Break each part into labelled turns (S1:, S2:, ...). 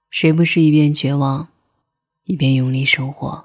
S1: 谁不是一边绝望，一边用力生活？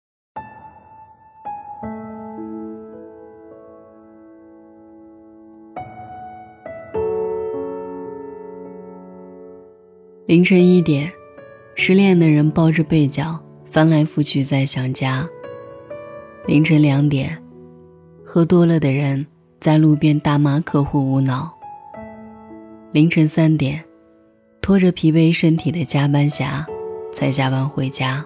S1: 凌晨1点，失恋的人抱着被角翻来覆去在想家。凌晨2点，喝多了的人在路边大骂客户无脑。凌晨3点，拖着疲惫身体的加班侠才下班回家。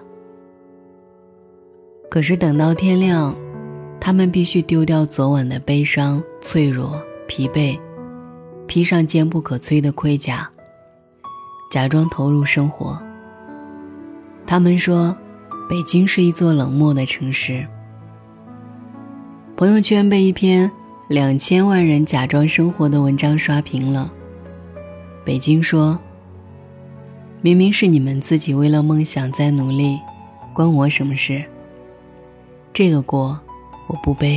S1: 可是等到天亮，他们必须丢掉昨晚的悲伤、脆弱、疲惫，披上坚不可摧的盔甲，假装投入生活。他们说，北京是一座冷漠的城市。朋友圈被一篇2000万人假装生活的文章刷屏了。北京说，明明是你们自己为了梦想在努力，关我什么事？这个锅我不背。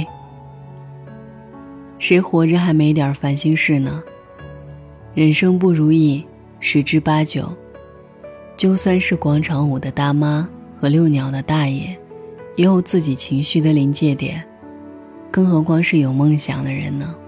S1: 谁活着还没点烦心事呢？人生不如意10之8九，就算是广场舞的大妈和遛鸟的大爷，也有自己情绪的临界点，更何况是有梦想的人呢？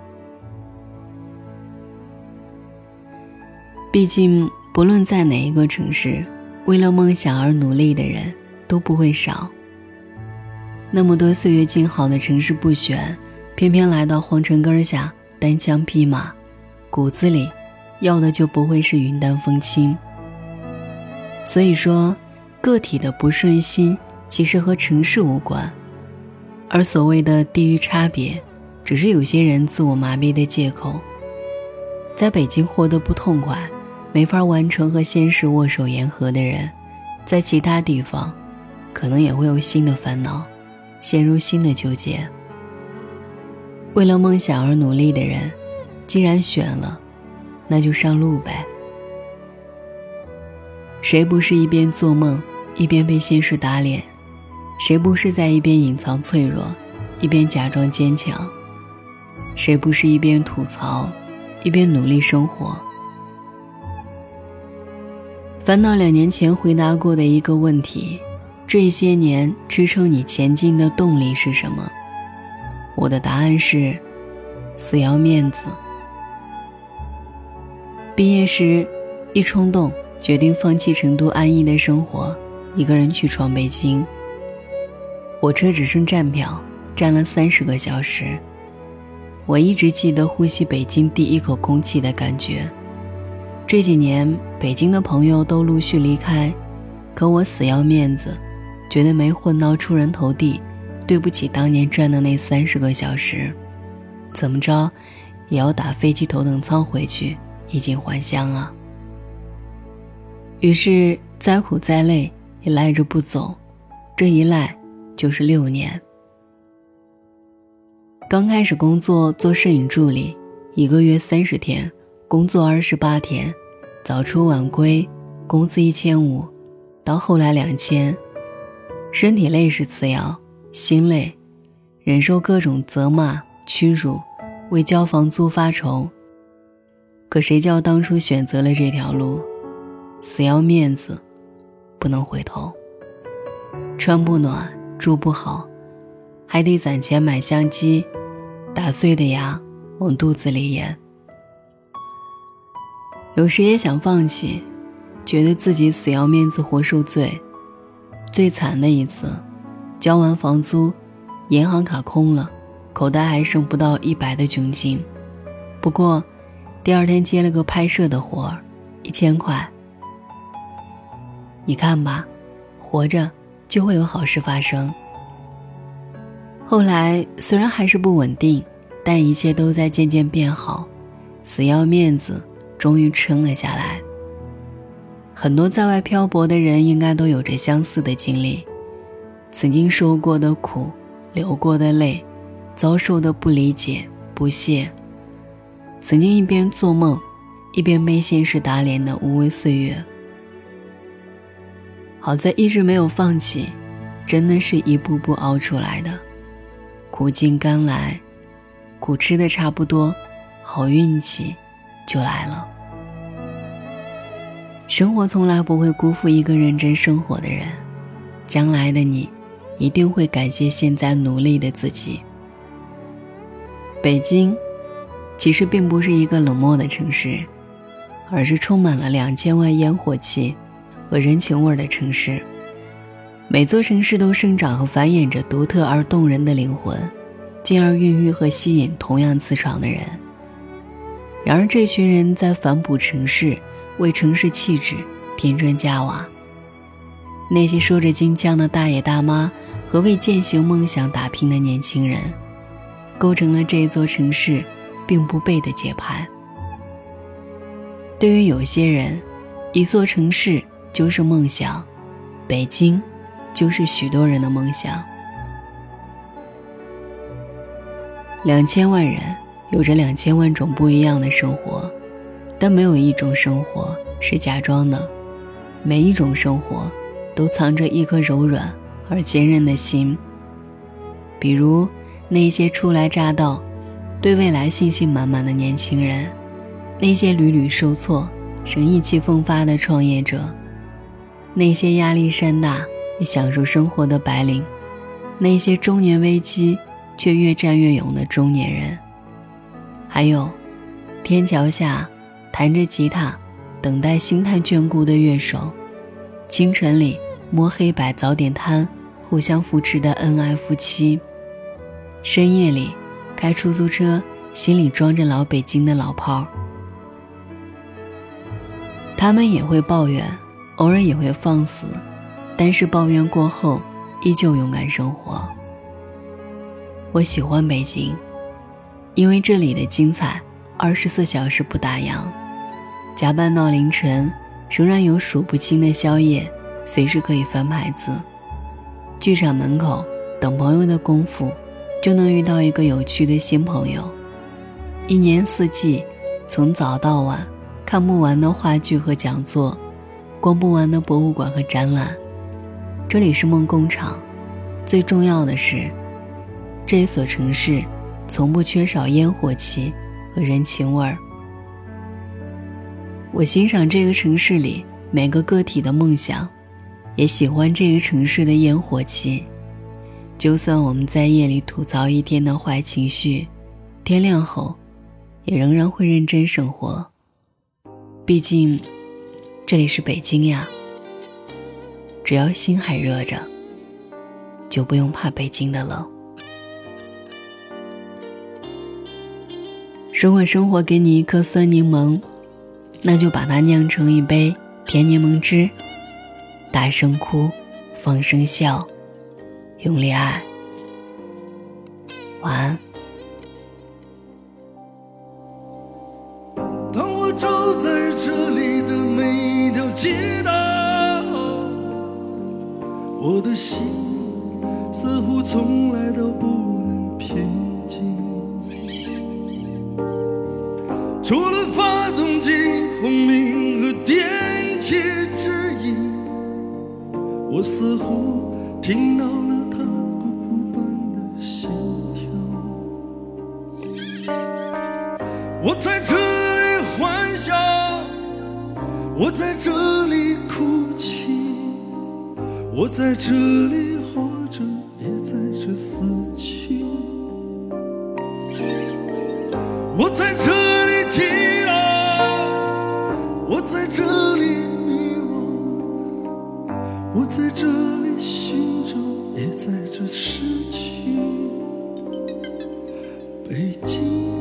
S1: 毕竟不论在哪一个城市，为了梦想而努力的人都不会少。那么多岁月静好的城市不选，偏偏来到皇城根下单枪匹马，骨子里要的就不会是云淡风轻。所以说，个体的不顺心其实和城市无关，而所谓的地域差别，只是有些人自我麻痹的借口。在北京活得不痛快，没法完成和现实握手言和的人，在其他地方可能也会有新的烦恼，陷入新的纠结。为了梦想而努力的人，既然选了，那就上路呗。谁不是一边做梦，一边被现实打脸？谁不是在一边隐藏脆弱，一边假装坚强？谁不是一边吐槽，一边努力生活？烦恼2年前回答过的一个问题，这些年支撑你前进的动力是什么？我的答案是死要面子。毕业时一冲动决定放弃成都安逸的生活，一个人去闯北京。火车只剩站票，站了30个小时。我一直记得呼吸北京第一口空气的感觉。这几年北京的朋友都陆续离开，可我死要面子，觉得没混到出人头地，对不起当年站的那30个小时，怎么着也要打飞机头等舱回去，衣锦还乡啊。于是再苦再累也赖着不走，这一赖就是6年。刚开始工作做摄影助理，1个月30天，工作28天，早出晚归，工资1500，到后来2000。身体累是次要，心累，忍受各种责骂屈辱，为交房租发愁。可谁叫当初选择了这条路？死要面子，不能回头。穿不暖，住不好，还得攒钱买相机，打碎的牙往肚子里咽。有时也想放弃，觉得自己死要面子活受罪。最惨的一次，交完房租，银行卡空了，口袋还剩不到100的窘境。不过第2天接了个拍摄的活，1000块。你看吧，活着就会有好事发生。后来虽然还是不稳定，但一切都在渐渐变好，死要面子终于撑了下来。很多在外漂泊的人应该都有着相似的经历，曾经受过的苦，流过的泪，遭受的不理解不屑，曾经一边做梦一边被现实打脸的无畏岁月。好在一直没有放弃，真的是一步步熬出来的。苦尽甘来，苦吃的差不多，好运气就来了。 生活从来不会辜负一个认真生活的人，将来的你一定会感谢现在努力的自己。北京其实并不是一个冷漠的城市，而是充满了2000万烟火气和人情味的城市。每座城市都生长和繁衍着独特而动人的灵魂，进而孕育和吸引同样磁场的人。然而这群人在反哺城市，为城市气质添砖加瓦。那些说着京腔的大爷大妈和为践行梦想打拼的年轻人，构成了这座城市并不悖的节拍。对于有些人，一座城市就是梦想，北京就是许多人的梦想。2000万人有着2000万种不一样的生活，但没有一种生活是假装的，每一种生活都藏着一颗柔软而坚韧的心。比如那些初来乍到对未来信心满满的年轻人，那些屡屡受挫仍意气风发的创业者，那些压力山大也享受生活的白领，那些中年危机却越战越勇的中年人，还有天桥下弹着吉他等待星探眷顾的乐手，清晨里摸黑摆早点摊互相扶持的恩爱夫妻，深夜里开出租车心里装着老北京的老炮儿。他们也会抱怨，偶尔也会放肆，但是抱怨过后依旧勇敢生活。我喜欢北京，因为这里的精彩24小时不打烊，加班到凌晨仍然有数不清的宵夜随时可以翻牌子。剧场门口等朋友的功夫就能遇到一个有趣的新朋友，一年四季从早到晚看不完的话剧和讲座，逛不完的博物馆和展览。这里是梦工厂，最重要的是这所城市从不缺少烟火气和人情味儿。我欣赏这个城市里每个个体的梦想，也喜欢这个城市的烟火气。就算我们在夜里吐槽一天的坏情绪，天亮后也仍然会认真生活。毕竟这里是北京呀，只要心还热着，就不用怕北京的冷。如果生活给你一颗酸柠檬，那就把它酿成一杯甜柠檬汁，大声哭，放声笑，用力爱。晚安。
S2: 当我走在这里的每一条街道，我的心似乎从来都不能平静。除了发动机轰鸣和电气指引，我似乎听到了它鼓鼓般的心跳。我在这里欢笑，我在这里哭泣，我在这里活着，也在这死去。我在这里祈祷，我在这里迷惘，我在这里寻找，也在这失去。北京，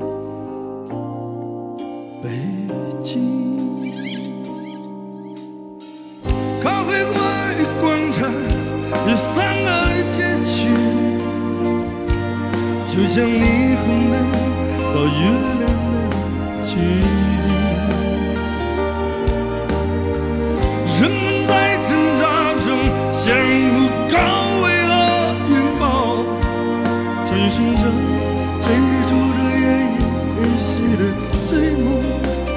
S2: 北京，咖啡馆与广场有3个街区，就像霓虹灯到月亮的距离。人们在挣扎中相互高慰和拥抱，追寻着追逐着奄奄一息的追梦。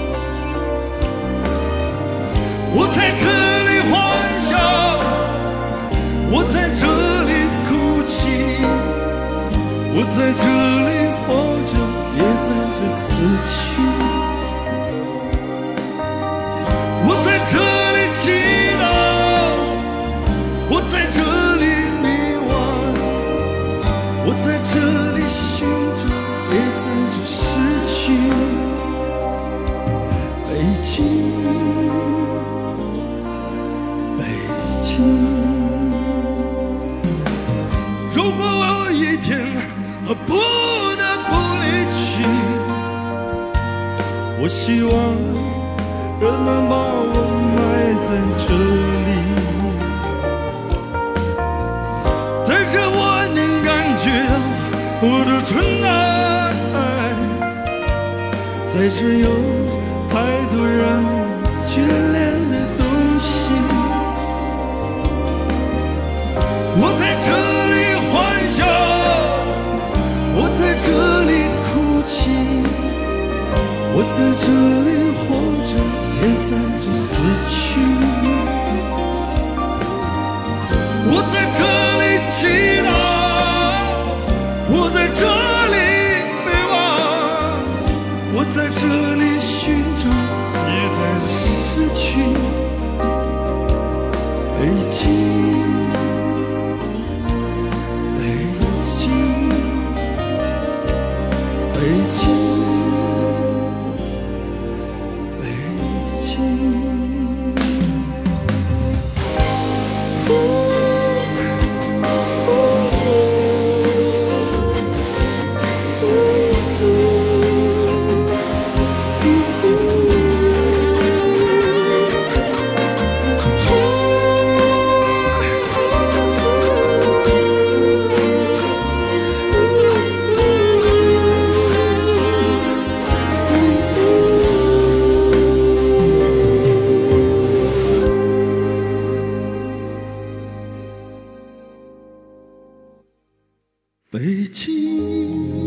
S2: 我在这里欢笑，我在这里哭泣，我在这里活着，也在这死去。我在这直有太多让我眷恋的东西。我在这里欢笑，我在这里哭泣，我在这里活着，也在这死去。我在这里祈祷，我在这里美望，我在这里寻找，也在这失去。北京，北京，北京，北京。北京。